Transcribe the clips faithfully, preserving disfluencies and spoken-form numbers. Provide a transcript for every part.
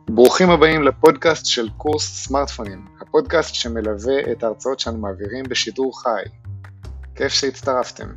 ברוכים הבאים לפודקאסט של קורס סמארטפונים, הפודקאסט שמלווה את ההרצאות שאנו מעבירים בשידור חי. כיף שהצטרפתם.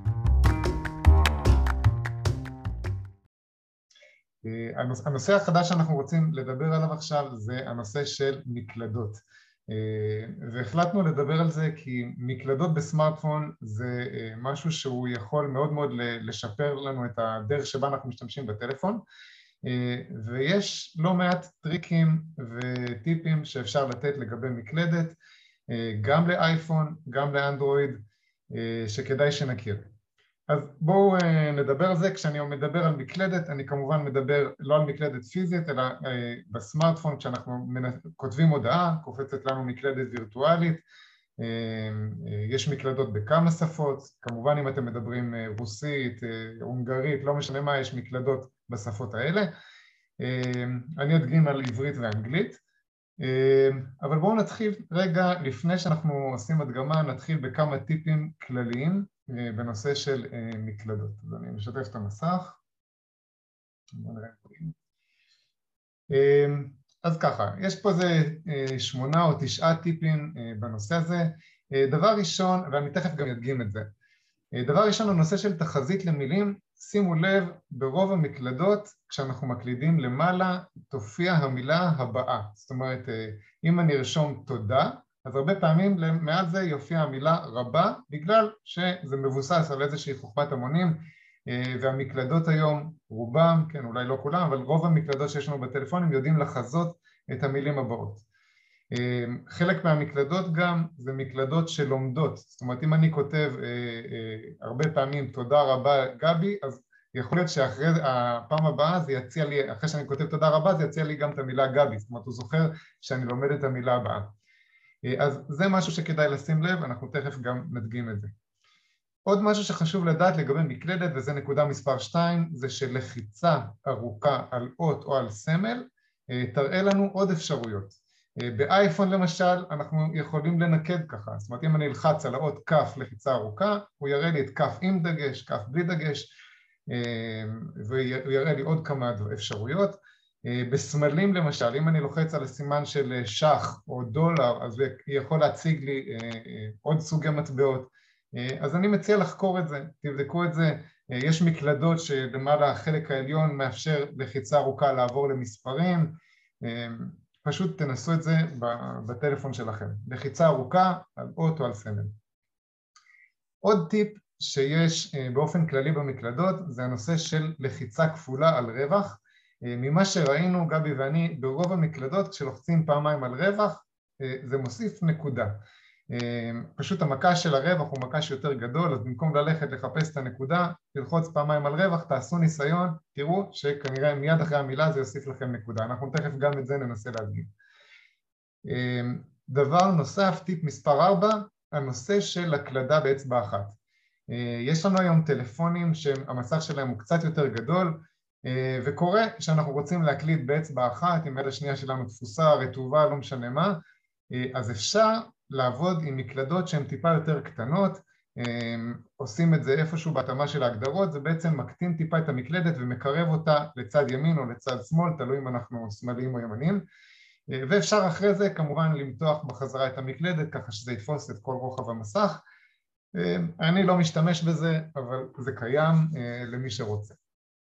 הנושא החדש שאנחנו רוצים לדבר עליו עכשיו זה הנושא של מקלדות. והחלטנו לדבר על זה כי מקלדות בסמארטפון זה משהו שהוא יכול מאוד מאוד לשפר לנו את הדרך שבה אנחנו משתמשים בטלפון, ויש לא מעט טריקים וטיפים שאפשר לתת לגבי מקלדת, גם לאייפון, גם לאנדרואיד, שכדאי שנכיר. אז בואו נדבר על זה. כשאני מדבר על מקלדת, אני כמובן מדבר לא על מקלדת פיזית, אלא בסמארטפון, כשאנחנו כותבים הודעה, קופצת לנו מקלדת וירטואלית. יש מקלדות בכמה שפות, כמובן אם אתם מדברים רוסית, הונגרית, לא משנה מה, יש מקלדות בשפות האלה. אני אדגים על עברית ואנגלית, אבל בואו נתחיל רגע, לפני שאנחנו עושים הדגמה, נתחיל בכמה טיפים כלליים בנושא של מקלדות. אז אני משתף את המסך. אז ככה, יש פה איזה שמונה או תשעה טיפים בנושא הזה. דבר ראשון, ואני תכף גם אדגים את זה, דבר ראשון, הנושא של תחזית למילים. שימו לב, ברוב המקלדות, כשאנחנו מקלידים למעלה, תופיע המילה הבאה. זאת אומרת, אם אני ארשום תודה, אז הרבה פעמים מעל זה יופיע המילה רבה, בגלל שזה מבוסס על איזושהי חוכמת המונים, והמקלדות היום, רובם, כן, אולי לא כולם, אבל רוב המקלדות שיש לנו בטלפונים יודעים לחזות את המילים הבאות. חלק מהמקלדות גם זה מקלדות שלומדות, זאת אומרת אם אני כותב הרבה פעמים תודה רבה גבי, אז יכול להיות שאחרי הפעם הבאה זה יציע לי, אחרי שאני כותב תודה רבה זה יציע לי גם את המילה גבי, זאת אומרת הוא זוכר שאני לומד את המילה הבאה. אז זה משהו שכדאי לשים לב, אנחנו תכף גם נדגים את זה. עוד משהו שחשוב לדעת לגבי מקלדת, וזה נקודה מספר שתיים, זה שלחיצה ארוכה על אות או על סמל תראה לנו עוד אפשרויות. באייפון למשל אנחנו יכולים לנקד ככה, זאת אומרת אם אני אלחץ על האות כף לחיצה ארוכה, הוא יראה לי את כף עם דגש, כף בלי דגש, והוא יראה לי עוד כמה אפשרויות. בסמלים למשל, אם אני לוחץ על הסימן של שח או דולר, אז הוא יכול להציג לי עוד סוגי מטבעות. אז אני מציע לחקור את זה, תבדקו את זה. יש מקלדות שלמעלה החלק העליון מאפשר לחיצה ארוכה לעבור למספרים, פשוט תנסו את זה בטלפון שלכם. לחיצה ארוכה על אות או על סמל. עוד טיפ שיש באופן כללי במקלדות זה הנושא של לחיצה כפולה על רווח. ממה שראינו גבי ואני ברוב המקלדות כשלוחצים פעמיים על רווח זה מוסיף נקודה. פשוט המכה של הרווח הוא מכה שיותר גדול, אז במקום ללכת לחפש את הנקודה, ללחוץ פעמיים על רווח, תעשו ניסיון, תראו שכנראה מיד אחרי המילה זה יוסיף לכם נקודה. אנחנו תכף גם את זה ננסה להדגים. דבר נוסף, טיפ מספר ארבע, הנושא של הקלדה באצבע אחת. יש לנו היום טלפונים שהמסך שלהם הוא קצת יותר גדול, וקורה שאנחנו רוצים להקליד באצבע אחת, אם יד השנייה שלנו תפוסה, רטובה, לא משנה מה, אז אפשר לעבוד עם מקלדות שהן טיפה יותר קטנות, עושים את זה איפשהו בהתאמה של ההגדרות, זה בעצם מקטין טיפה את המקלדת ומקרב אותה לצד ימין או לצד שמאל, תלוי אם אנחנו שמאליים או ימניים, ואפשר אחרי זה כמובן למתוח בחזרה את המקלדת ככה שזה יתפוס את כל רוחב המסך. אני לא משתמש בזה, אבל זה קיים למי שרוצה.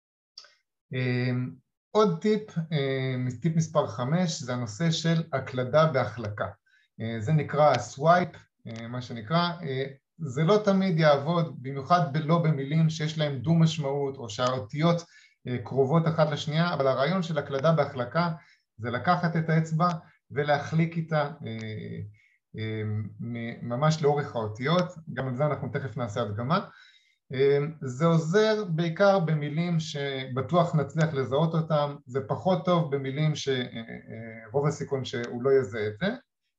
עוד טיפ, טיפ מספר חמש, זה הנושא של הקלדה בהחלקה. זה נקרא סווייפ, מה שנקרא, זה לא תמיד יעבוד, במיוחד לא במילים שיש להם דו משמעות או שהאותיות קרובות אחת לשנייה, אבל הרעיון של הקלדה בהחלקה זה לקחת את האצבע ולהחליק איתה ממש לאורך האותיות, גם על זה אנחנו תכף נעשה הדגמה. זה עוזר בעיקר במילים שבטוח נצליח לזהות אותם, זה פחות טוב במילים שרוב הסיכון שהוא לא יזהה את זה,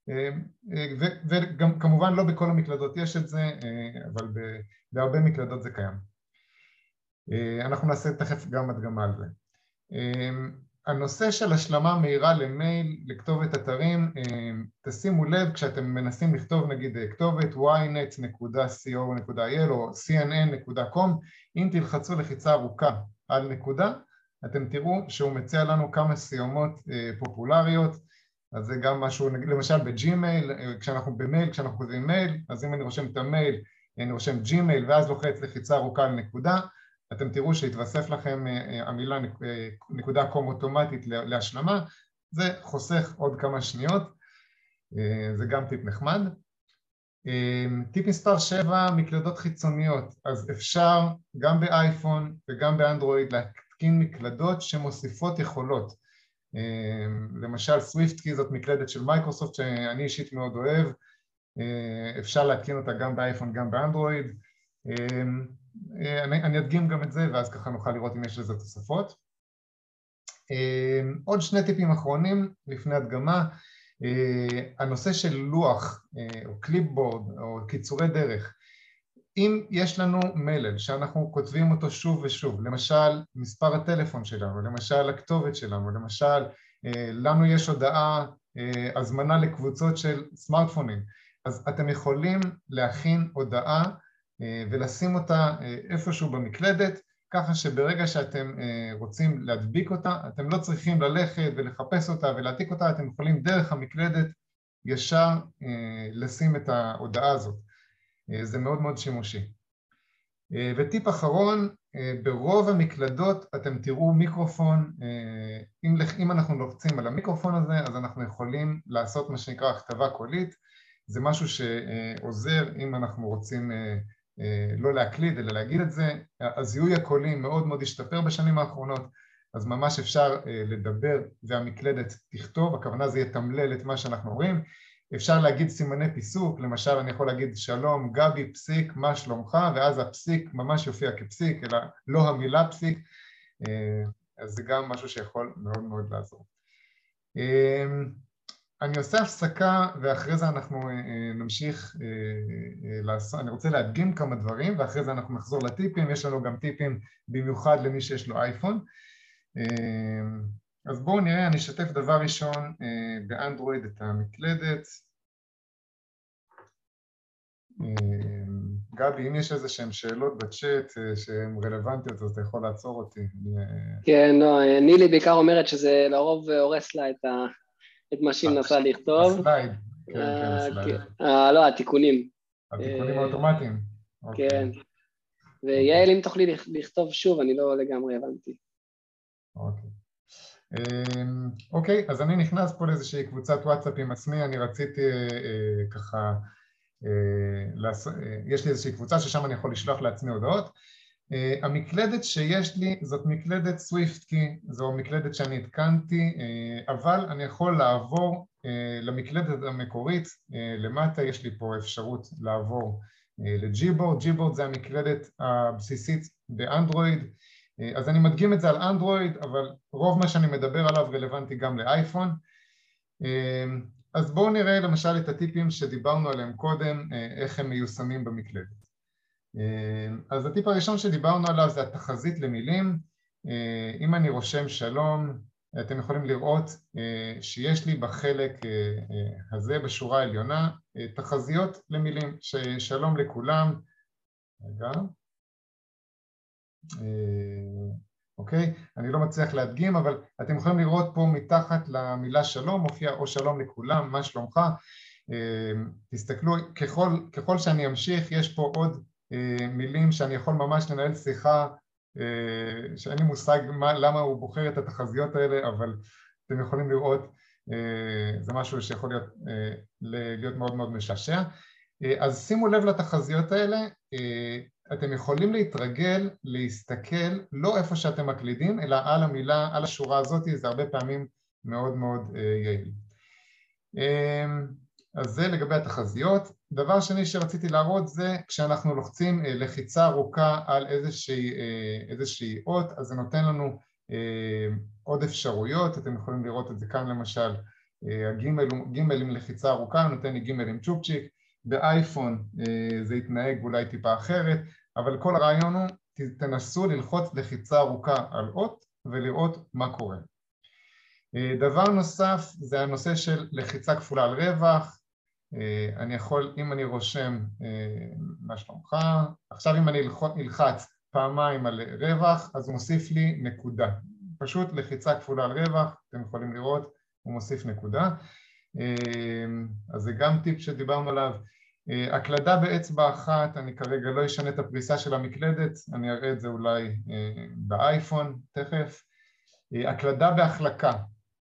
וגם כמובן לא בכל המקלדות יש את זה, אבל בהרבה מקלדות זה קיים. אנחנו נעשה תכף גם הדגמה על זה. הנושא של השלמה מהירה למייל, לכתובת אתרים, תשימו לב כשאתם מנסים לכתוב נגיד כתובת וואי נט נקודה סי או נקודה איי אל או סי אן אן נקודה קום, אם תלחצו לחיצה ארוכה על נקודה, אתם תראו שהוא מציע לנו כמה סיומות פופולריות, אז זה גם משהו, למשל בג'ימייל, כשאנחנו במייל, כשאנחנו כותבים מייל, אז אם אני רושם את המייל, אני רושם ג'ימייל ואז לוחץ לחיצה ארוכה על נקודה, אתם תראו שהתווסף לכם המילה נקודה קום אוטומטית להשלמה, זה חוסך עוד כמה שניות, זה גם טיפ נחמד. טיפ מספר שבע, מקלדות חיצוניות, אז אפשר גם באייפון וגם באנדרואיד להתקין מקלדות שמוסיפות יכולות, למשל סוויפטקי זאת מקלדת של מייקרוסופט שאני אישית מאוד אוהב, אפשר להתקין אותה גם באייפון גם באנדרואיד, אני, אני אדגים גם את זה ואז ככה נוכל לראות אם יש לזה תוספות. עוד שני טיפים אחרונים לפני הדגמה, הנושא של לוח או קליפבורד או קיצורי דרך, אם יש לנו מלל שאנחנו כותבים אותו שוב ושוב, למשל מספר הטלפון שלנו, למשל הכתובת שלנו, למשל לנו יש הודעה, הזמנה לקבוצות של סמארטפונים, אז אתם יכולים להכין הודעה ולשים אותה איפשהו במקלדת, ככה שברגע שאתם רוצים להדביק אותה, אתם לא צריכים ללכת ולחפש אותה ולהעתיק אותה, אתם יכולים דרך המקלדת ישר לשים את ההודעה הזאת. זה מאוד מאוד שימושי. וטיפ אחרון, ברוב המקלדות אתם תראו מיקרופון, אם, אם אנחנו לוחצים על המיקרופון הזה, אז אנחנו יכולים לעשות מה שנקרא הכתבה קולית, זה משהו שעוזר אם אנחנו רוצים לא להקליד אלא להגיד את זה. הזיהוי הקולי מאוד מאוד השתפר בשנים האחרונות, אז ממש אפשר לדבר והמקלדת תכתוב, הכוונה זה יתמלל את מה שאנחנו רואים. אפשר להגיד סימני פיסוק, למשל אני יכול להגיד שלום גבי פסיק מה שלומך, ואז הפסיק ממש יופיע כפסיק אלא לא המילה פסיק, אז זה גם משהו שיכול מאוד מאוד לעזור. אני עושה הפסקה ואחרי זה אנחנו נמשיך לעשות, אני רוצה להדגים כמה דברים ואחרי זה אנחנו נחזור לטיפים, יש לנו גם טיפים במיוחד למי שיש לו אייפון. אז בואו נראה, אני אשתף דבר ראשון באנדרואיד את המקלדת. גבי, אם יש איזה שהן שאלות בצ'אט שהן רלוונטיות, אז אתה יכול לעצור אותי. כן, לא, נילי בעיקר אומרת שזה לרוב הורס לה את ה... את מה שהיא מנסה לכתוב. הסלייד, כן, כן, הסלייד. לא, התיקונים. התיקונים האוטומטיים. כן. ויעל, אם תוכלי לכתוב שוב, אני לא לגמרי הבנתי. אוקיי. אוקיי, אז אני נכנס פה לאיזושהי קבוצת וואטסאפ עם עצמי, אני רציתי ככה, יש לי איזושהי קבוצה ששם אני יכול לשלוח לעצמי הודעות. המקלדת שיש לי זאת מקלדת סוויפטקי, זו מקלדת שאני התקנתי, אבל אני יכול לעבור למקלדת המקורית, למטה יש לי פה אפשרות לעבור לג'יבורד, ג'יבורד זה המקלדת הבסיסית באנדרואיד, אז אני מדגים את זה על אנדרואיד, אבל רוב מה שאני מדבר עליו רלוונטי גם לאייפון. אז בואו נראה למשל את הטיפים שדיברנו עליהם קודם, איך הם מיושמים במקלדת. אז הטיפ הראשון שדיברנו עליו זה התחזית למילים. אם אני רושם שלום, אתם יכולים לראות שיש לי בחלק הזה בשורה העליונה תחזיות למילים, שלום לכולם. רגע. אוקיי, אני לא מצליח להדגים, אבל אתם יכולים לראות פה מתחת למילה שלום מופיע או שלום לכולם, מה שלומך. תסתכלו, ככל, ככל שאני אמשיך יש פה עוד מילים שאני יכול ממש לנהל שיחה, שאין לי מושג מה, למה הוא בוחר את התחזיות האלה, אבל אתם יכולים לראות, זה משהו שיכול להיות, להיות מאוד מאוד משעשע. אז שימו לב לתחזיות האלה, אתם יכולים להתרגל, להסתכל, לא איפה שאתם מקלידים, אלא על המילה, על השורה הזאת, זה הרבה פעמים מאוד מאוד יעיל. אז זה לגבי התחזיות. דבר שני שרציתי להראות זה כשאנחנו לוחצים לחיצה ארוכה על איזושהי, איזושהי אות, אז זה נותן לנו עוד אפשרויות, אתם יכולים לראות את זה כאן למשל, הגימל עם לחיצה ארוכה, נותן לי גימל עם צ'ופצ'יק, באייפון זה יתנהג אולי טיפה אחרת, אבל כל הרעיון הוא, תנסו ללחוץ לחיצה ארוכה על אות ולראות מה קורה. דבר נוסף זה הנושא של לחיצה כפולה על רווח, אני יכול, אם אני רושם מה שלומך, עכשיו אם אני אלחץ פעמיים על רווח, אז הוא מוסיף לי נקודה. פשוט לחיצה כפולה על רווח, אתם יכולים לראות, הוא מוסיף נקודה. אז זה גם טיפ שדיברנו עליו. הקלדה באצבע אחת, אני כרגע לא אשנה את הפריסה של המקלדת, אני אראה את זה אולי באייפון תכף. הקלדה בהחלקה.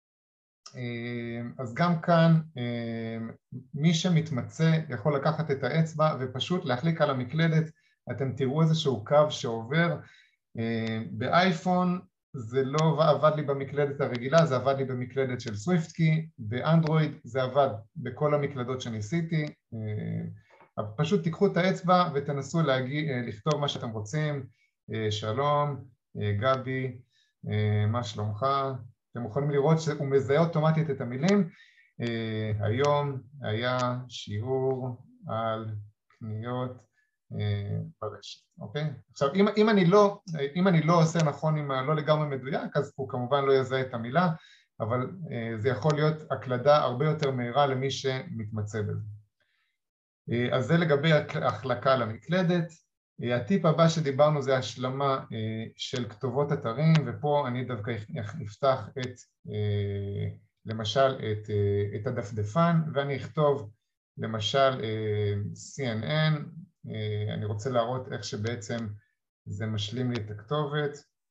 אז גם כאן מי שמתמצא יכול לקחת את האצבע ופשוט להחליק על המקלדת, אתם תראו איזשהו קו שעובר. באייפון זה לא עבד לי במקלדת הרגילה, זה עבד לי במקלדת של סוויפטקי, באנדרואיד זה עבד בכל המקלדות שניסיתי. פשוט תיקחו את האצבע ותנסו להגיע, לכתוב מה שאתם רוצים. שלום, גבי, מה שלומך? אתם יכולים לראות שהוא מזהה אוטומטית את המילים. היום היה שיעור על קניות ברשת, אוקיי? עכשיו, אם, אם, אני לא, אם אני לא עושה נכון, אם לא לגמרי מדויק, אז הוא כמובן לא יזהה את המילה, אבל זה יכול להיות הקלדה הרבה יותר מהירה למי שמתמצא בזה. אז זה לגבי החלקה למקלדת. הטיפ הבא שדיברנו זה השלמה של כתובות אתרים, ופה אני דווקא אפתח את, למשל את, את הדפדפן, ואני אכתוב למשל סי אן אן, אני רוצה להראות איך שבעצם זה משלים לי את הכתובת.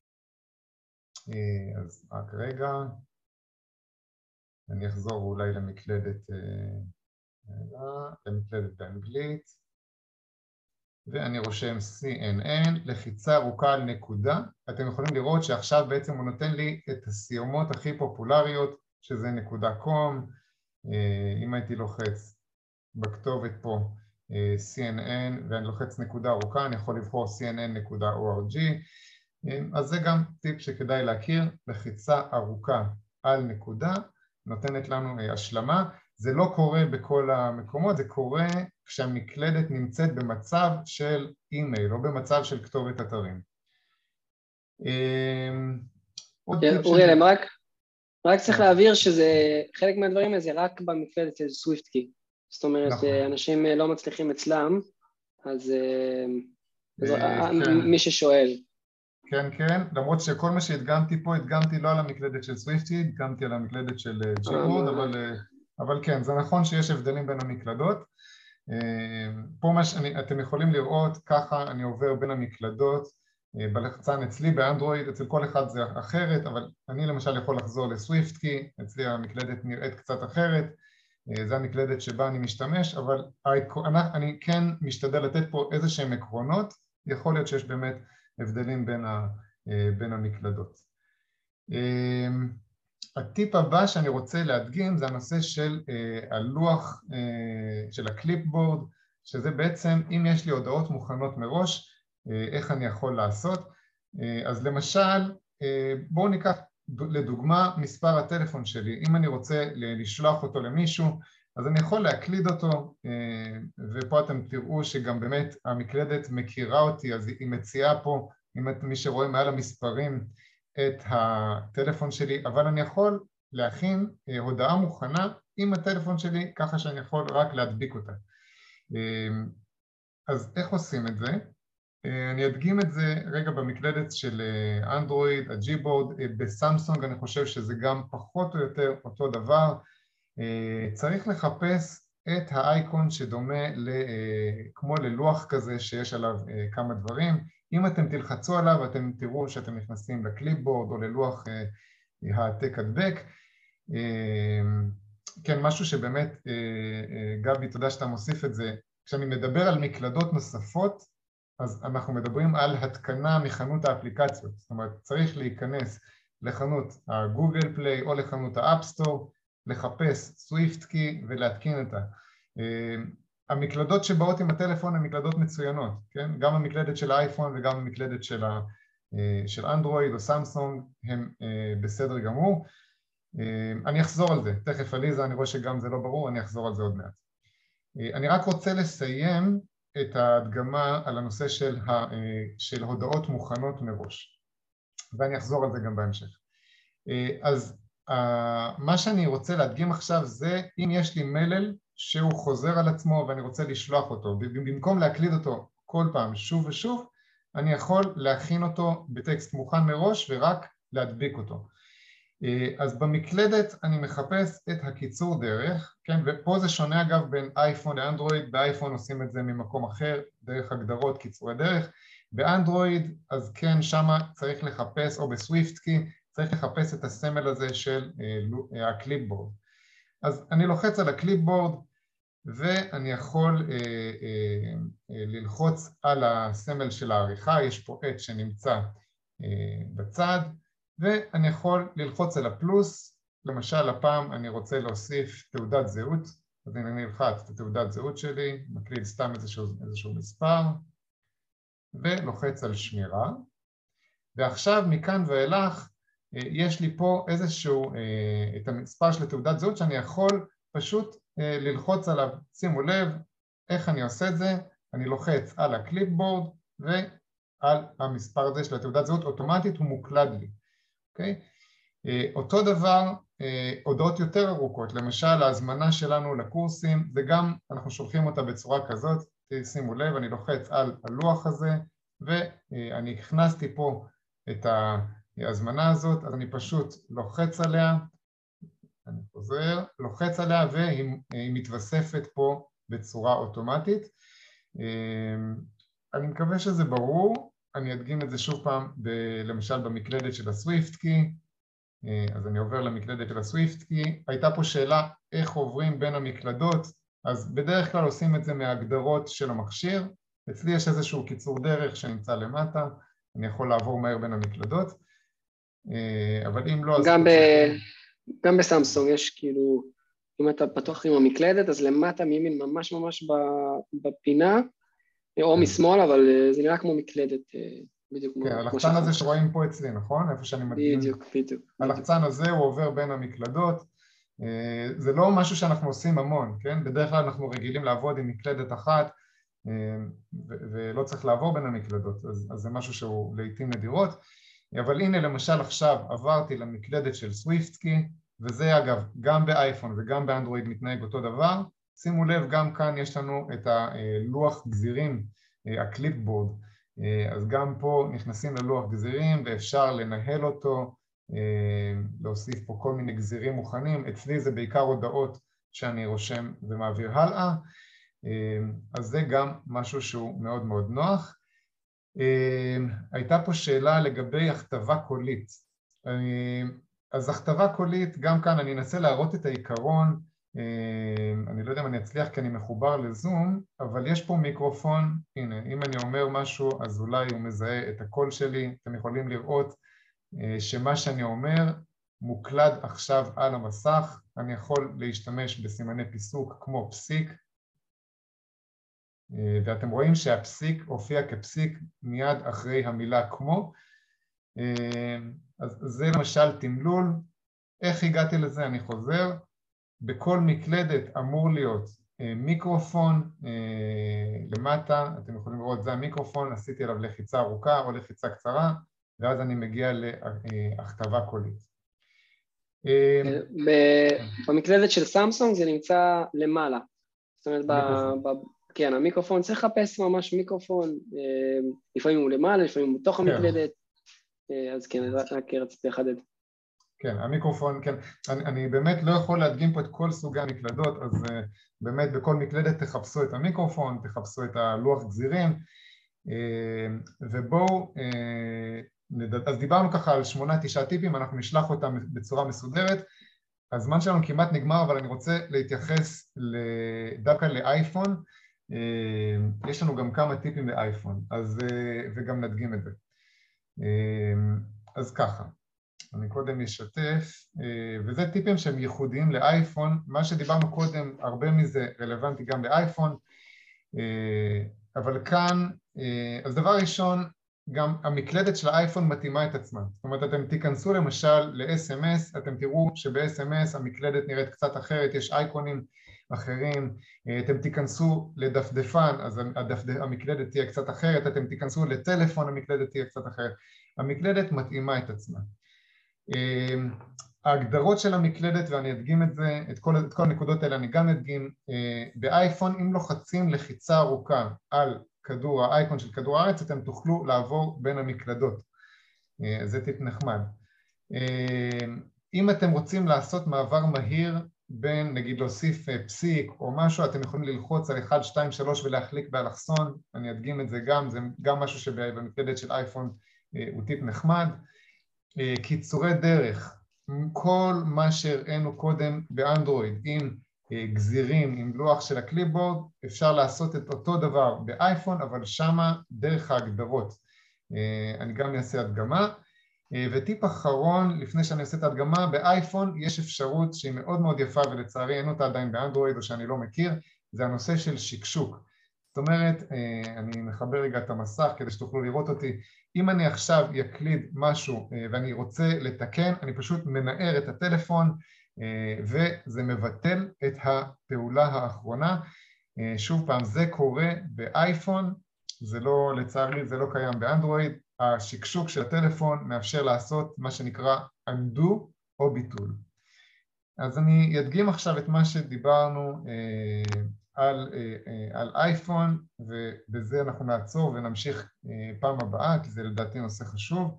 אז רק רגע, אני אחזור אולי למקלדת, למקלדת באנגלית. ואני רושם סי אן אן, לחיצה ארוכה על נקודה. אתם יכולים לראות שעכשיו בעצם הוא נותן לי את הסיומות הכי פופולריות, שזה נקודה קום. אם הייתי לוחץ בכתובת פה סי אן אן ואני לוחץ נקודה ארוכה, אני יכול לבחור סי אן אן נקודה או אר ג'י. אז זה גם טיפ שכדאי להכיר, לחיצה ארוכה על נקודה, נותנת לנו השלמה. זה לא קורה בכל המקומות, זה קורה כשהמקלדת נמצאת במצב של אימייל, או במצב של כתובת אתרים. אוריאל, רק, רק צריך להעביר שזה, חלק מהדברים הזה רק במקלדת של סוויפטקי. זאת אומרת, אנשים לא מצליחים אצלם, אז מי ששואל. כן, כן, למרות שכל מה שהדגמתי פה, הדגמתי לא על המקלדת של סוויפטקי, הדגמתי על המקלדת של ג'יבורד, אבל... אבל כן, זה נכון שיש הבדלים בין המקלדות. פה מה שאתם יכולים לראות, ככה אני עובר בין המקלדות, בלחצן אצלי באנדרואיד, אצל כל אחד זה אחרת, אבל אני למשל יכול לחזור לסוויפטקי, אצלי המקלדת נראית קצת אחרת, זה המקלדת שבה אני משתמש, אבל אני כן משתדל לתת פה איזה שהם עקרונות, יכול להיות שיש באמת הבדלים בין, ה, בין המקלדות. הטיפ הבא שאני רוצה להדגים זה הנושא של הלוח של הקליפבורד, שזה בעצם אם יש לי הודעות מוכנות מראש, איך אני יכול לעשות. אז למשל, בואו ניקח לדוגמה מספר הטלפון שלי, אם אני רוצה לשלוח אותו למישהו, אז אני יכול להקליד אותו, ופה אתם תראו שגם באמת המקלדת מכירה אותי, אז היא מציעה פה, אם מי שרואה מעל המספרים, את הטלפון שלי, אבל אני יכול להכין הודעה מוכנה עם הטלפון שלי, ככה שאני יכול רק להדביק אותה. אז איך עושים את זה? אני אדגים את זה רגע במקלדת של אנדרואיד, הג'יבורד, בסמסונג אני חושב שזה גם פחות או יותר אותו דבר. צריך לחפש את האייקון שדומה כמו ללוח כזה שיש עליו כמה דברים. אם אתם תלחצו עליו, אתם תראו שאתם נכנסים לקליפבורד או ללוח העתק הדבק. כן, משהו שבאמת, גבי, תודה שאתה מוסיף את זה. כשאני מדבר על מקלדות נוספות, אז אנחנו מדברים על התקנה מחנות האפליקציות. זאת אומרת, צריך להיכנס לחנות הגוגל פליי או לחנות האפסטור, לחפש סוויפטקי ולהתקין אותה. המקלדות שבאות עם הטלפון הן מקלדות מצוינות, כן? גם המקלדת של האייפון וגם המקלדת של, ה, של אנדרואיד או סמסונג הם בסדר גמור. אני אחזור על זה, תכף עליזה, אני רואה שגם זה לא ברור, אני אחזור על זה עוד מעט. אני רק רוצה לסיים את ההדגמה על הנושא של, ה, של הודעות מוכנות מראש, ואני אחזור על זה גם בהמשך. אז מה שאני רוצה להדגים עכשיו זה אם יש לי מלל שהוא חוזר על עצמו ואני רוצה לשלוח אותו, במקום להקליד אותו כל פעם שוב ושוב, אני יכול להכין אותו בטקסט מוכן מראש ורק להדביק אותו. אז במקלדת אני מחפש את הקיצור דרך, כן? ופה זה שונה אגב בין אייפון לאנדרואיד, באייפון עושים את זה ממקום אחר, דרך הגדרות קיצורי דרך, באנדרואיד אז כן שמה צריך לחפש, או בסוויפטקי צריך לחפש את הסמל הזה של הקליפבורד. אז אני לוחץ על הקליפבורד ואני יכול אה, אה, אה, ללחוץ על הסמל של העריכה, יש פה עט שנמצא אה, בצד, ואני יכול ללחוץ על הפלוס, למשל הפעם אני רוצה להוסיף תעודת זהות, אז אני נלחץ את תעודת זהות שלי, מקליד סתם איזשהו, איזשהו מספר, ולוחץ על שמירה, ועכשיו מכאן ואילך יש לי פה איזשהו, את המספר של תעודת זהות שאני יכול פשוט ללחוץ עליו. שימו לב איך אני עושה את זה, אני לוחץ על הקליפבורד ועל המספר הזה של התעודת זהות, אוטומטית הוא מוקלד לי. אוקיי? אותו דבר, הודעות יותר ארוכות, למשל ההזמנה שלנו לקורסים, וגם אנחנו שולחים אותה בצורה כזאת, שימו לב, אני לוחץ על הלוח הזה, ואני הכנסתי פה את ההזמנה הזאת, אז אני פשוט לוחץ עליה, אני חוזר, לוחץ עליה והיא מתווספת פה בצורה אוטומטית. אני מקווה שזה ברור, אני אדגים את זה שוב פעם, ב- למשל במקלדת של הסוויפטקי, אז אני עובר למקלדת של הסוויפטקי, הייתה פה שאלה איך עוברים בין המקלדות, אז בדרך כלל עושים את זה מההגדרות של המכשיר, אצלי יש איזשהו קיצור דרך שנמצא למטה, אני יכול לעבור מהר בין המקלדות, אבל אם לא... גם, ב... גם בסמסונג יש כאילו, אם אתה פתוח עם המקלדת, אז למטה מימין ממש ממש בפינה, או משמאל, אבל זה נראה כמו מקלדת, בדיוק כמו... כן, הלחצן הזה שרואים פה אצלי, נכון? איפה שאני מדגים. בדיוק, בדיוק. הלחצן הזה הוא עובר בין המקלדות, זה לא משהו שאנחנו עושים המון, כן? בדרך כלל אנחנו רגילים לעבוד עם מקלדת אחת, ולא צריך לעבור בין המקלדות, אז, אז זה משהו שהוא לעתים נדירות, אבל הנה למשל עכשיו עברתי למקלדת של סוויפטקי, וזה אגב גם באייפון וגם באנדרואיד מתנהג אותו דבר, שימו לב גם כאן יש לנו את הלוח גזירים, הקליפבורד, אז גם פה נכנסים ללוח גזירים ואפשר לנהל אותו, להוסיף פה כל מיני גזירים מוכנים, אצלי זה בעיקר הודעות שאני רושם ומעביר הלאה, אז זה גם משהו שהוא מאוד מאוד נוח. הייתה פה שאלה לגבי הכתבה קולית, אז הכתבה קולית גם כאן אני אנסה להראות את העיקרון, אני לא יודע אם אני אצליח כי אני מחובר לזום, אבל יש פה מיקרופון, הנה אם אני אומר משהו אז אולי הוא מזהה את הקול שלי, אתם יכולים לראות שמה שאני אומר מוקלד עכשיו על המסך, אני יכול להשתמש בסימני פיסוק כמו פסיק, ואתם רואים שהפסיק הופיע כפסיק מיד אחרי המילה כמו, אז זה למשל תמלול, איך הגעתי לזה? אני חוזר, בכל מקלדת אמור להיות מיקרופון למטה, אתם יכולים לראות זה המיקרופון, עשיתי עליו לחיצה ארוכה או לחיצה קצרה, ואז אני מגיע להכתבה קולית. במקלדת של סמסונג זה נמצא למעלה, זאת אומרת, כן, המיקרופון צריך לחפש ממש מיקרופון, לפעמים הוא למעלה, לפעמים הוא בתוך המקלדת, אז כן, רק רציתי לחדד. כן, המיקרופון, כן, אני, אני באמת לא יכול להדגים פה את כל סוגי המקלדות, אז uh, באמת בכל מקלדת תחפשו את המיקרופון, תחפשו את הלוח גזירים, uh, ובואו, uh, אז דיברנו ככה על שמונה, תשעה טיפים, אנחנו נשלח אותם בצורה מסודרת, הזמן שלנו כמעט נגמר, אבל אני רוצה להתייחס דווקא לאייפון, uh, יש לנו גם כמה טיפים לאייפון, אז, uh, וגם נדגים את זה. Uh, אז ככה. אני קודם אשתף, וזה טיפים שהם ייחודיים לאייפון, מה שדיברנו קודם, הרבה מזה רלוונטי גם לאייפון, אבל כאן, אז דבר ראשון, גם המקלדת של האייפון מתאימה את עצמה, זאת אומרת, אתם תיכנסו למשל ל-אס אם אס, אתם תראו שב-אס אם אס המקלדת נראית קצת אחרת, יש אייקונים אחרים, אתם תיכנסו לדפדפן, אז הדפד... המקלדת תהיה קצת אחרת, אתם תיכנסו לטלפון, המקלדת תהיה קצת אחרת, המקלדת מתאימה את עצמה. ההגדרות של המקלדת, ואני אדגים את זה, את כל, את כל הנקודות האלה אני גם אדגים, באייפון אם לוחצים לחיצה ארוכה על כדור, האייקון של כדור הארץ, אתם תוכלו לעבור בין המקלדות, זה טיפ נחמד. אם אתם רוצים לעשות מעבר מהיר בין, נגיד להוסיף פסיק או משהו, אתם יכולים ללחוץ על אחת, שתיים, שלוש ולהחליק באלכסון, אני אדגים את זה גם, זה גם משהו שבמקלדת של אייפון הוא טיפ נחמד. קיצורי דרך, כל מה שהראינו קודם באנדרואיד עם גזירים, עם לוח של הקליפבורד, אפשר לעשות את אותו דבר באייפון, אבל שמה דרך ההגדרות. אני גם אעשה הדגמה. וטיפ אחרון, לפני שאני אעשה את ההדגמה, באייפון יש אפשרות שהיא מאוד מאוד יפה, ולצערי אין אותה עדיין באנדרואיד או שאני לא מכיר, זה הנושא של שקשוק. זאת אומרת, אני מחבר רגע את המסך כדי שתוכלו לראות אותי, אם אני עכשיו יקליד משהו ואני רוצה לתקן, אני פשוט מנער את הטלפון, וזה מבטל את הפעולה האחרונה. שוב פעם, זה קורה באייפון, זה לא, לצערי זה לא קיים באנדרואיד, השקשוק של הטלפון מאפשר לעשות מה שנקרא undo או ביטול. אז אני אדגים עכשיו את מה שדיברנו על, על אייפון, ובזה אנחנו נעצור ונמשיך פעם הבאה, כי זה לדעתי נושא חשוב.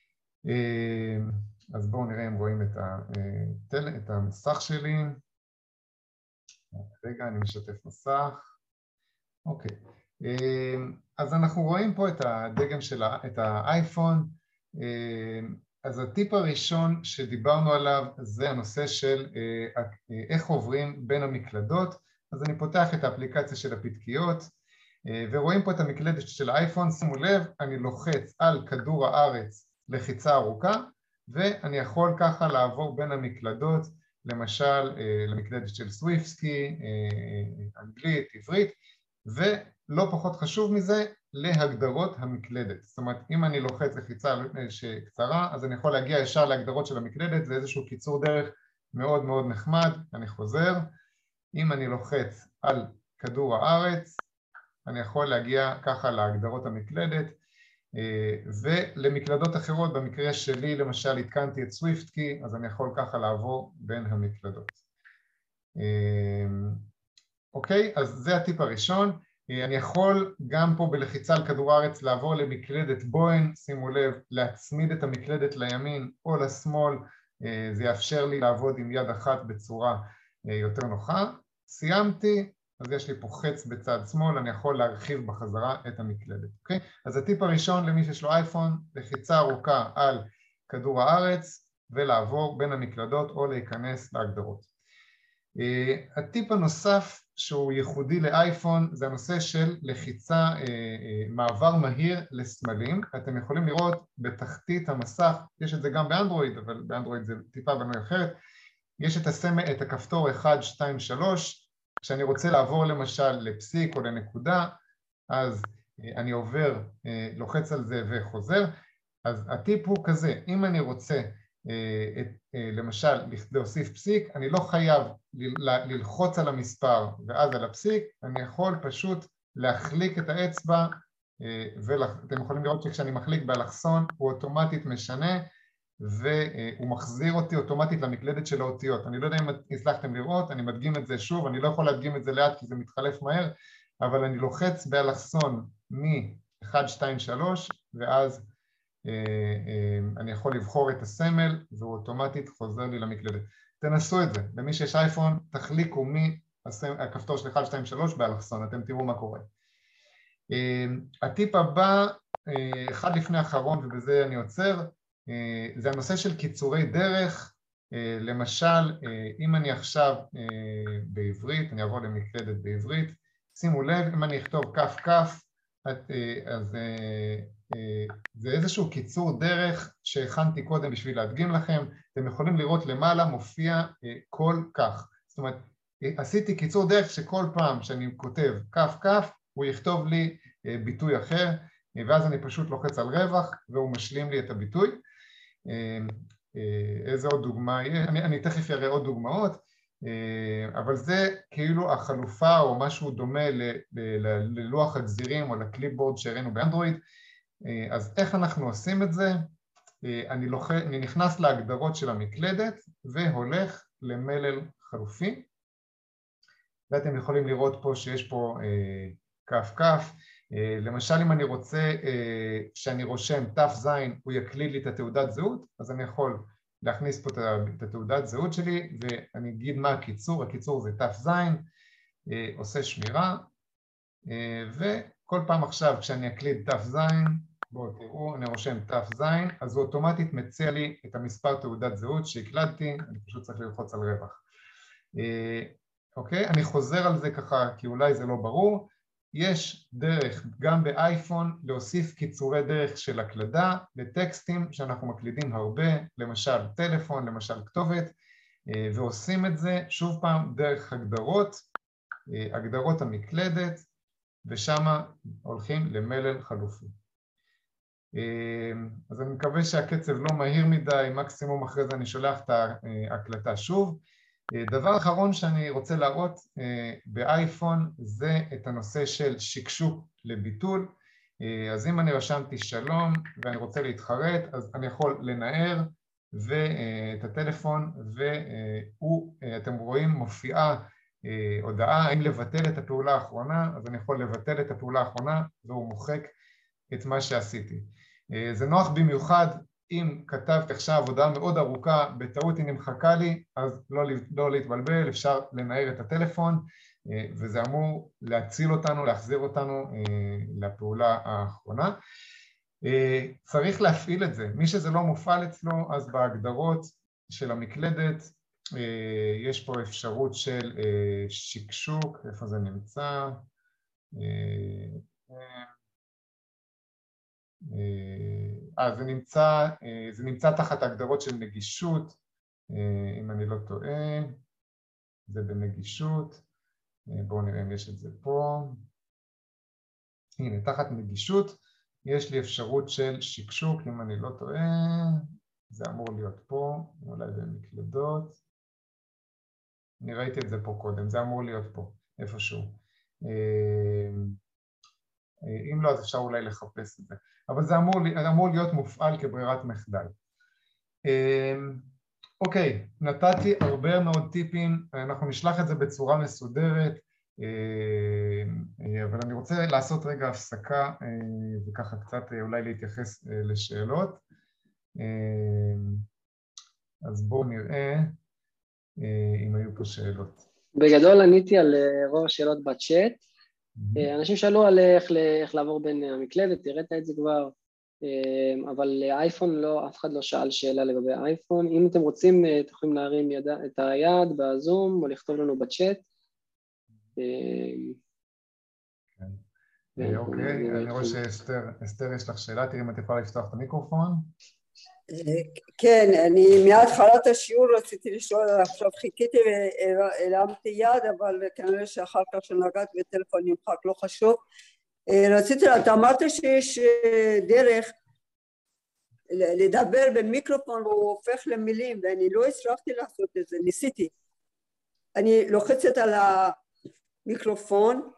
אז בואו נראה אם רואים את, הטל, את המסך שלי. רגע, אני משתף מסך. אוקיי. אז אנחנו רואים פה את הדגם של את האייפון. אז הטיפ הראשון שדיברנו עליו זה הנושא של איך עוברים בין המקלדות. אז אני פותח את האפליקציה של הפתקיות, ורואים פה את המקלדת של האייפון. שימו לב, אני לוחץ על כדור הארץ לחיצה ארוכה, ואני יכול ככה לעבור בין המקלדות, למשל למקלדת של סוויפסקי, אנגלית, עברית, ולא פחות חשוב מזה, להגדרות המקלדת. זאת אומרת, אם אני לוחץ לחיצה שקצרה, אז אני יכול להגיע ישר להגדרות של המקלדת, זה איזשהו קיצור דרך מאוד מאוד נחמד. אני חוזר, אם אני לוחץ על כדור הארץ, אני יכול להגיע ככה להגדרות המקלדת, ולמקלדות אחרות, במקרה שלי למשל התקנתי את סוויפטקי, אז אני יכול ככה לעבור בין המקלדות. אוקיי, אז זה הטיפ הראשון. אני יכול גם פה בלחיצה על כדור הארץ לעבור למקלדת בוהן, שימו לב, להצמיד את המקלדת לימין או לשמאל, זה יאפשר לי לעבוד עם יד אחת בצורה יותר נוחה. סיימתי, אז יש לי פה חץ בצד שמאל, אני יכול להרחיב בחזרה את המקלדת, אוקיי? אז הטיפ הראשון למי שיש לו אייפון, לחיצה ארוכה על כדור הארץ ולעבור בין המקלדות או להיכנס להגדרות. הטיפ הנוסף שהוא ייחודי לאייפון זה הנושא של לחיצה, מעבר מהיר לסמלים. אתם יכולים לראות בתחתית המסך, יש את זה גם באנדרואיד, אבל באנדרואיד זה טיפה בנוי אחרת, יש את הסמל, את הכפתור אחת, שתיים, שלוש, כשאני רוצה לעבור למשל לפסיק או לנקודה, אז אני עובר, לוחץ על זה וחוזר. אז הטיפ הוא כזה, אם אני רוצה למשל להוסיף פסיק, אני לא חייב ללחוץ על המספר ואז על הפסיק, אני יכול פשוט להחליק את האצבע, ואתם יכולים לראות שכשאני מחליק באלכסון הוא אוטומטית משנה, והוא מחזיר אותי אוטומטית למקלדת של האותיות. אני לא יודע אם הצלחתם לראות, אני מדגים את זה שוב, אני לא יכול להדגים את זה לאט כי זה מתחלף מהר, אבל אני לוחץ באלכסון מ-אחת, שתיים, שלוש, ואז אני יכול לבחור את הסמל, והוא אוטומטית חוזר לי למקלדת. תנסו את זה, למי שיש אייפון, תחליקו מהכפתור של אחת, שתיים, שלוש באלכסון, אתם תראו מה קורה. הטיפ הבא, אחד לפני אחרון, ובזה אני עוצר, זה הנושא של קיצורי דרך. למשל, אם אני עכשיו בעברית, אני אעבור למקלדת בעברית, שימו לב, אם אני אכתוב כף כף, אז זה איזשהו קיצור דרך שהכנתי קודם בשביל להדגים לכם. אתם יכולים לראות למעלה מופיע כל כך. זאת אומרת, עשיתי קיצור דרך שכל פעם שאני כותב כף כף, הוא יכתוב לי ביטוי אחר, ואז אני פשוט לוחץ על רווח והוא משלים לי את הביטוי. איזה עוד דוגמה יהיה? אני, אני תכף אראה עוד דוגמאות, אבל זה כאילו החלופה או משהו דומה ל, ל, ל, ללוח הגזירים או לקליפבורד שהראינו באנדרואיד. אז איך אנחנו עושים את זה? אני, לוח... אני נכנס להגדרות של המקלדת והולך למלל חלופי, ואתם יכולים לראות פה שיש פה כף כף. למשל, אם אני רוצה שאני רושם תף זין, הוא יקליד לי את התעודת זהות, אז אני יכול להכניס פה את התעודת זהות שלי, ואני אגיד מה הקיצור, הקיצור זה תף זין, עושה שמירה, וכל פעם עכשיו כשאני אקליד תף זין, בואו תראו, אני רושם תף זין, אז הוא אוטומטית מציע לי את המספר תעודת זהות שהקלדתי, אני פשוט צריך ללחוץ על רווח. אוקיי, אני חוזר על זה ככה, כי אולי זה לא ברור. יש דרך גם באייפון להוסיף קיצורי דרך של הקלדה לטקסטים שאנחנו מקלידים הרבה, למשל טלפון, למשל כתובת, ועושים את זה שוב פעם דרך הגדרות, הגדרות המקלדת, ושם הולכים למלל חלופי. אז אני מקווה שהקצב לא מהיר מדי, מקסימום אחרי זה אני שולח את ההקלטה שוב. דבר אחרון שאני רוצה להראות באייפון זה את הנושא של שקשוק לביטול. אז אם אני רשמתי שלום ואני רוצה להתחרט, אז אני יכול לנער ואת הטלפון, ואתם רואים מופיעה הודעה האם לבטל את הפעולה האחרונה, אז אני יכול לבטל את הפעולה האחרונה והוא מוחק את מה שעשיתי. זה נוח במיוחד אם כתבתי עכשיו הודעה מאוד ארוכה, בטעות היא נמחקה לי, אז לא, לא להתבלבל, אפשר לנער את הטלפון, וזה אמור להציל אותנו, להחזיר אותנו לפעולה האחרונה. צריך להפעיל את זה. מי שזה לא מופעל אצלו, אז בהגדרות של המקלדת, יש פה אפשרות של שקשוק, איפה זה נמצא? אה, זה נמצא, זה נמצא תחת הגדרות של נגישות, אם אני לא טועה, זה בנגישות, בואו נראה אם יש את זה פה, הנה, תחת נגישות, יש לי אפשרות של שקשוק, אם אני לא טועה, זה אמור להיות פה, אולי במקלדות, אני ראיתי את זה פה קודם, זה אמור להיות פה, איפשהו. אם לא, אז אפשר אולי לחפש את זה. אבל זה אמור, אמור להיות מופעל כברירת מחדל. אוקיי, נתתי הרבה מאוד טיפים, אנחנו נשלח את זה בצורה מסודרת, אבל אני רוצה לעשות רגע הפסקה וככה קצת אולי להתייחס לשאלות. אז בואו נראה אם היו פה שאלות. בגדול עניתי על רוב השאלות בצ'אט. אנשים שאלו על איך, איך לעבור בין המקלדת, תראית את זה כבר, אבל אייפון לא, אף אחד לא שאל שאלה לגבי אייפון. אם אתם רוצים, אתם יכולים להרים יד, את היד בזום או לכתוב לנו בצ'אט. אוקיי, אני רואה שאסתר, אסתר יש לך שאלה, תראי אם את יכולה לפתוח את המיקרופון. כן, אני מהתחלת השיעור רציתי לשאול, עכשיו חיכיתי והרמתי יד, אבל כנראה שאחר כך שנגעת בטלפון נמחק, לא חשוב. רציתי, אתה אמרת שיש דרך לדבר במיקרופון והוא הופך למילים, ואני לא הצלחתי לעשות את זה, ניסיתי. אני לוחצת על המיקרופון.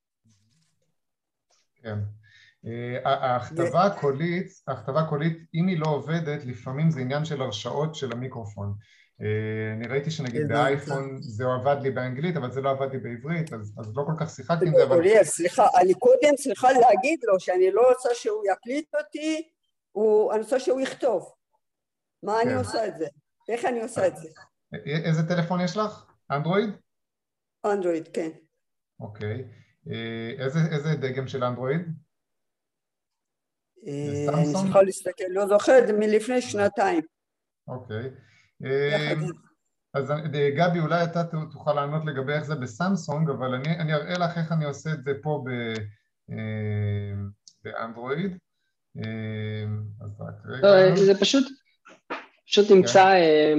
כן. ההכתבה הקולית, ההכתבה הקולית, אם היא לא עובדת, לפעמים זה עניין של הרשאות של המיקרופון. אני ראיתי שנגיד באייפון זה עבד לי באנגלית, אבל זה לא עבד לי בעברית, אז לא כל כך שיחקתי עם זה. אוריאל, סליחה, אני קודם צריכה להגיד לו שאני לא רוצה שהוא יקליט אותי, אני רוצה שהוא יכתוב. מה אני עושה את זה? איך אני עושה את זה? איזה טלפון יש לך? אנדרואיד? אנדרואיד, כן. אוקיי. איזה דגם של אנדרואיד? אני צריכה להסתכל, לא זוכרת, מלפני שנתיים. אוקיי. אז גבי, אולי אתה תוכל לענות לגבי איך זה בסמסונג, אבל אני אראה לך איך אני עושה את זה פה באנדרואיד. אז רק רגע. זה פשוט, פשוט נמצא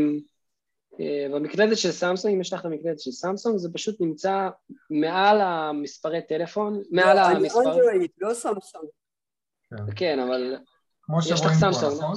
במקלדת של סמסונג, אם יש לך את המקלדת של סמסונג, זה פשוט נמצא מעל המספרי טלפון, מעל המספר... אני אנדרואיד, לא סמסונג. כן, אבל... כמו שרואים פה, נכון?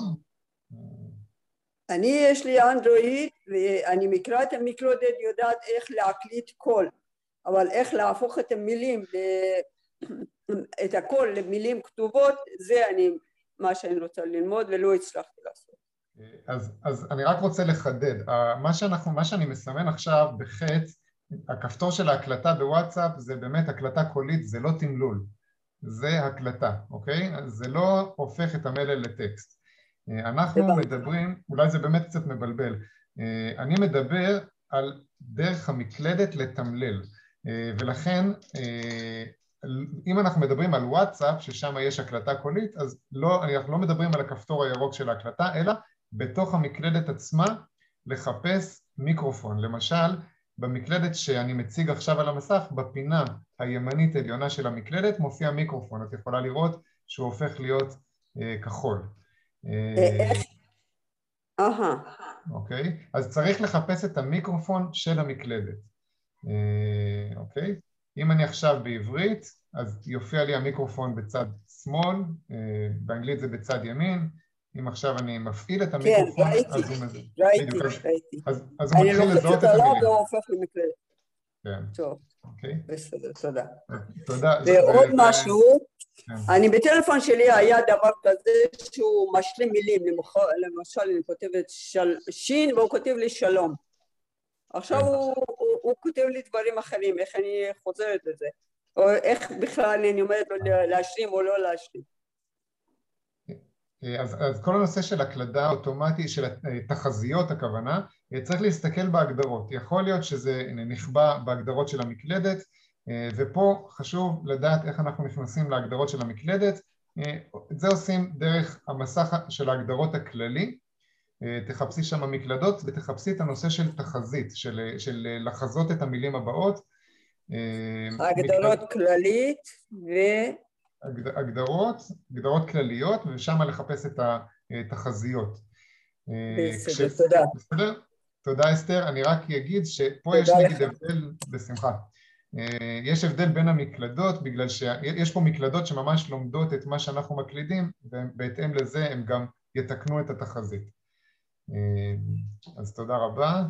אני, יש לי אנדרואיד, ואני מקרא את המקלדת, יודעת איך להקליט קול, אבל איך להפוך את המילים, את הקול למילים כתובות, זה אני, מה שאני רוצה ללמוד, ולא הצלחתי לעשות. אז, אז אני רק רוצה לחדד, מה שאנחנו, מה שאני מסמן עכשיו בחץ, הכפתור של ההקלטה בוואטסאפ זה באמת הקלטה קולית, זה לא תמלול. זה הקלטה, אוקיי? אז זה לא הופך את המלל לטקסט. אנחנו מדברים, אולי זה באמת קצת מבלבל, אני מדבר על דרך המקלדת לתמלל, ולכן אם אנחנו מדברים על וואטסאפ, ששם יש הקלטה קולית, אז לא, אנחנו לא מדברים על הכפתור הירוק של ההקלטה, אלא בתוך המקלדת עצמה לחפש מיקרופון. למשל, במקלדת שאני מציג עכשיו על המסך, בפינה הימנית עליונה של המקלדת מופיע מיקרופון. את יכולה לראות שהוא הופך להיות אה, כחול. אהה. אוקיי? אז צריך לחפש את המיקרופון של המקלדת. אה, אוקיי? אם אני עכשיו בעברית, אז יופיע לי המיקרופון בצד שמאל, אה, באנגלית זה בצד ימין. אם עכשיו אני מפעיל את המיקרופון, כן, ראיתי, אז הוא מזה. ראיתי, ראיתי. אז, אז הוא מתחיל לזהות את המילים. אני לוחצת עליו והוא הופך למקלדת. כן. טוב. אוקיי. בסדר, תודה. תודה. ועוד ו- משהו, כן. אני בטלפון שלי היה דבר כזה שהוא משלים מילים, למשל אני כותבת של... שין והוא כותב לי שלום. עכשיו כן. הוא, הוא, הוא כותב לי דברים אחרים, איך אני חוזרת לזה, או איך בכלל אני אומרת לו להשלים או לא להשלים. אז, אז כל הנושא של הקלדה אוטומטי, של תחזיות הכוונה, צריך להסתכל בהגדרות. יכול להיות שזה נכבה בהגדרות של המקלדת, ופה חשוב לדעת איך אנחנו נכנסים להגדרות של המקלדת. את זה עושים דרך המסך של ההגדרות הכללי. תחפשי שם המקלדות ותחפשי את הנושא של תחזית, של, של לחזות את המילים הבאות. הגדרות מקלד... כללית ו... הגדרות, הגדרות כלליות, ושם לחפש את התחזיות. בסדר, כש... תודה. בסדר? תודה אסתר. אני רק אגיד שפה יש נגיד הבדל, בשמחה. יש הבדל בין המקלדות, בגלל שיש פה מקלדות שממש לומדות את מה שאנחנו מקלידים, ובהתאם לזה הם גם יתקנו את התחזית. אז תודה רבה.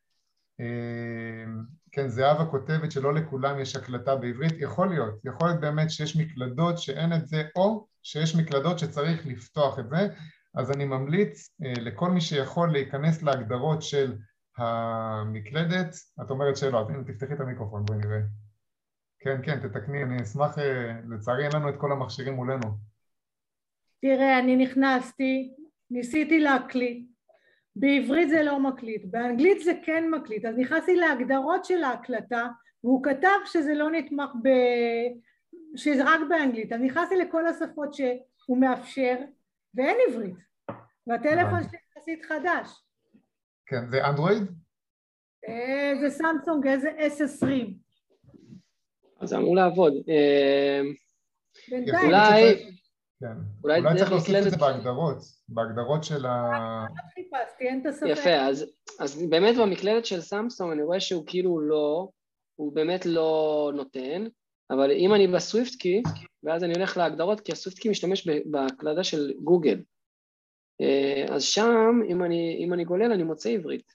כן, זהבה כותבת שלא לכולם יש הקלטה בעברית. יכול להיות, יכול להיות באמת שיש מקלדות שאין את זה, או שיש מקלדות שצריך לפתוח את זה. אז אני ממליץ לכל מי שיכול להיכנס להגדרות של המקלדת. את אומרת שלא, אז הנה תפתחי את המיקרופון, בואי נראה. כן, כן, תתקני, אני אשמח, לצערי אין לנו את כל המכשירים מולנו. תראה, אני נכנסתי, ניסיתי להקליט, בעברית זה לא מקליט, באנגלית זה כן מקליט, אז נכנסתי להגדרות של ההקלטה, והוא כתב שזה לא נתמך ב... שזה רק באנגלית, אז נכנסתי לכל השפות שהוא מאפשר, ואין עברית, והטלפון שלי יחסית חדש. כן, זה אנדרואיד? זה סמסונג, איזה אס עשרים. אז זה אמור לעבוד. בינתיים. אולי... כן. אולי, אולי צריך להוסיף את זה בהגדרות, בהגדרות של ה... חיפשתי, אין את הספק. יפה, אז, אז באמת במקלדת של סמסונג אני רואה שהוא כאילו לא, הוא באמת לא נותן, אבל אם אני בסוויפט קי, ואז אני הולך להגדרות, כי הסוויפט קי משתמש בהקלדה של גוגל, אז שם, אם אני, אם אני גולל, אני מוצא עברית.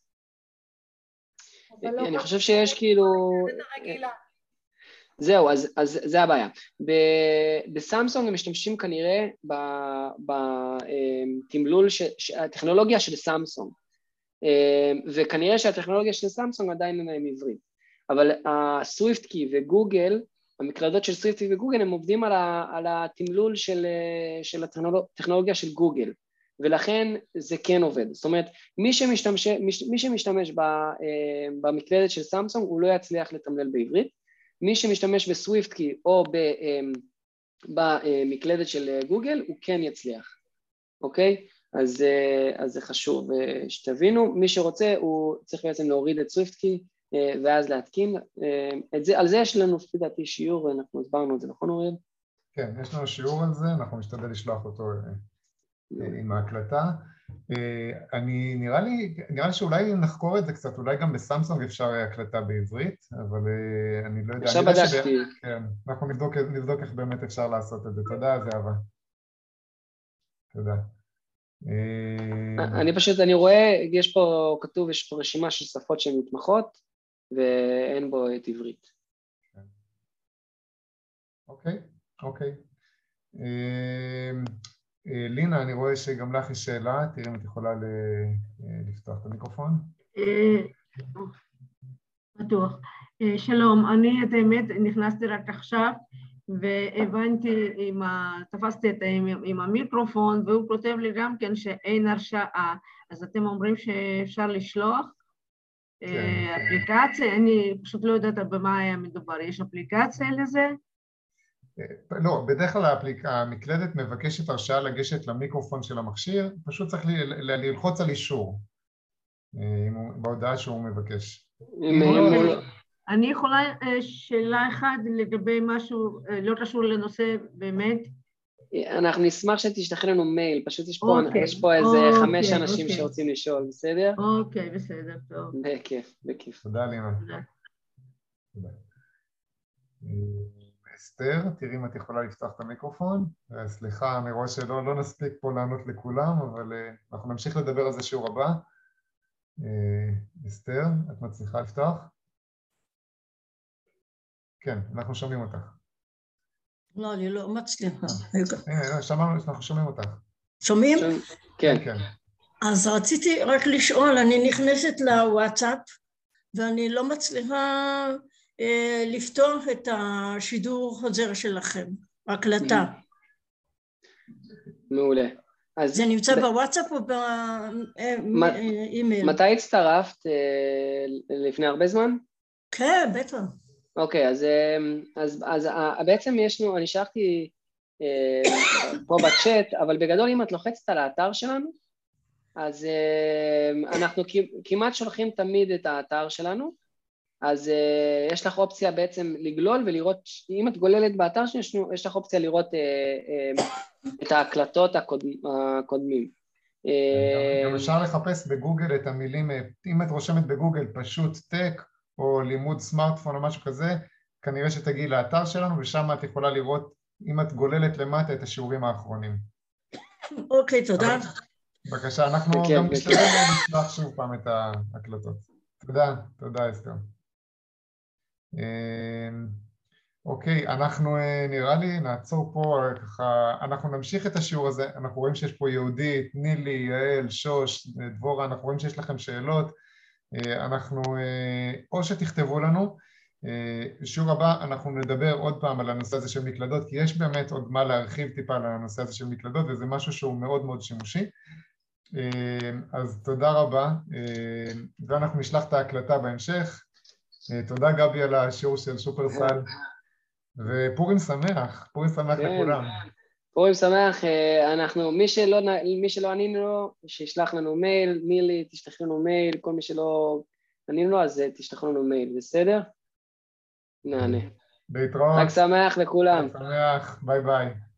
אני חושב שיש כאילו... זהו, אז, אז זה הבעיה. בסמסונג הם משתמשים כנראה בתמלול, הטכנולוגיה של סמסונג, וכנראה שהטכנולוגיה של סמסונג עדיין אין להם עברית. אבל הסוויפט קי וגוגל, המקלדות של סוויפט קי וגוגל, הם עובדים על, ה, על התמלול של, של הטכנולוגיה של גוגל, ולכן זה כן עובד. זאת אומרת, מי שמשתמש, מי שמשתמש במקלדת של סמסונג, הוא לא יצליח לתמלל בעברית, מי שמשתמש בסוויפט קי או במקלדת של גוגל, הוא כן יצליח, אוקיי? אז, אז זה חשוב שתבינו. מי שרוצה, הוא צריך בעצם להוריד את סוויפט קי, ואז להתקין. את זה, על זה יש לנו, לדעתי, שיעור, אנחנו הסברנו את זה, נכון אוריאל? כן, יש לנו שיעור על זה, אנחנו נשתדל לשלוח אותו עם ההקלטה. אני, נראה לי, נראה לי שאולי נחקור את זה קצת, אולי גם בסמסונג אפשר הקלטה בעברית, אבל אני לא יודע. עכשיו בדקתי. כן, אנחנו נבדוק, נבדוק איך באמת אפשר לעשות את זה. תודה, זהבה. תודה. אני פשוט, אני רואה, יש פה, כתוב, יש פה רשימה של שפות שהן מתמחות, ואין בו את עברית. אוקיי, אוקיי. לינה, אני רואה שגם לך יש שאלה, תראי אם את יכולה לפתוח את המיקרופון. בטוח. שלום, אני את האמת נכנסתי רק עכשיו, והבנתי, עם ה... תפסתי את עם, עם המיקרופון, והוא כותב לי גם כן שאין הרשאה, אז אתם אומרים שאפשר לשלוח כן. אפליקציה, אני פשוט לא יודעת במה היה מדובר, יש אפליקציה לזה? לא, בדרך כלל האפליק... המקלדת מבקשת הרשאה לגשת למיקרופון של המכשיר, פשוט צריך ל... ל... ללחוץ על אישור בהודעה שהוא מבקש. אני יכולה שאלה אחת לגבי משהו לא קשור לנושא באמת? אנחנו נשמח שתשלחי לנו מייל, פשוט יש פה, okay. יש פה איזה okay, חמש אנשים okay. שרוצים לשאול, בסדר? אוקיי, okay, בסדר, טוב. בכיף, בכיף. תודה לימה. תודה. תודה. אסתר, תראי אם את יכולה לפתח את המיקרופון. סליחה, אני רואה שלא לא נספיק פה לענות לכולם, אבל אנחנו נמשיך לדבר על זה שיעור הבא. אסתר, את מצליחה לפתוח? כן, אנחנו שומעים אותך. לא, אני לא מצליחה. הנה, שמענו, אנחנו שומעים אותך. שומעים? כן. כן. אז רציתי רק לשאול, אני נכנסת לוואטסאפ, ואני לא מצליחה אה, לפתוח את השידור חוזר שלכם, הקלטה. מעולה. אז זה נמצא ב... בוואטסאפ או באימייל? מתי הצטרפת? אה, לפני הרבה זמן? כן, בטח. אוקיי, אז, אז, אז, אז בעצם ישנו, אני שלחתי אה, פה בצ'אט, אבל בגדול אם את לוחצת על האתר שלנו, אז אה, אנחנו כמעט שולחים תמיד את האתר שלנו, אז אה, יש לך אופציה בעצם לגלול ולראות, אם את גוללת באתר שלנו, יש לך אופציה לראות אה, אה, את ההקלטות הקוד, הקודמים. אה, גם אפשר לחפש בגוגל את המילים, אם את רושמת בגוגל פשוט טק, או לימוד סמארטפון או משהו כזה, כנראה שתגיעי לאתר שלנו, ושם את יכולה לראות, אם את גוללת למטה, את השיעורים האחרונים. אוקיי, תודה. בבקשה, אנחנו גם נשתדל לשלוח שוב פעם את ההקלטות. תודה, תודה אסתר. אוקיי, אנחנו נראה לי נעצור פה ככה, אנחנו נמשיך את השיעור הזה, אנחנו רואים שיש פה יהודית, נילי, יעל, שוש, דבורה, אנחנו רואים שיש לכם שאלות, אנחנו, או שתכתבו לנו, בשיעור הבא אנחנו נדבר עוד פעם על הנושא הזה של מקלדות, כי יש באמת עוד מה להרחיב טיפה על הנושא הזה של מקלדות, וזה משהו שהוא מאוד מאוד שימושי. אז תודה רבה, ואנחנו נשלח את ההקלטה בהמשך. תודה גבי על השיעור של שופרסל, ופורים שמח, פורים שמח לכולם. פורים שמח, אנחנו, מי שלא, מי שלא ענינו לו, שישלח לנו מייל, מילי, תשלח לנו מייל, כל מי שלא ענינו לו, אז תשלח לנו מייל, בסדר? נענה. להתראות. חג שמח לכולם. חג שמח, ביי ביי.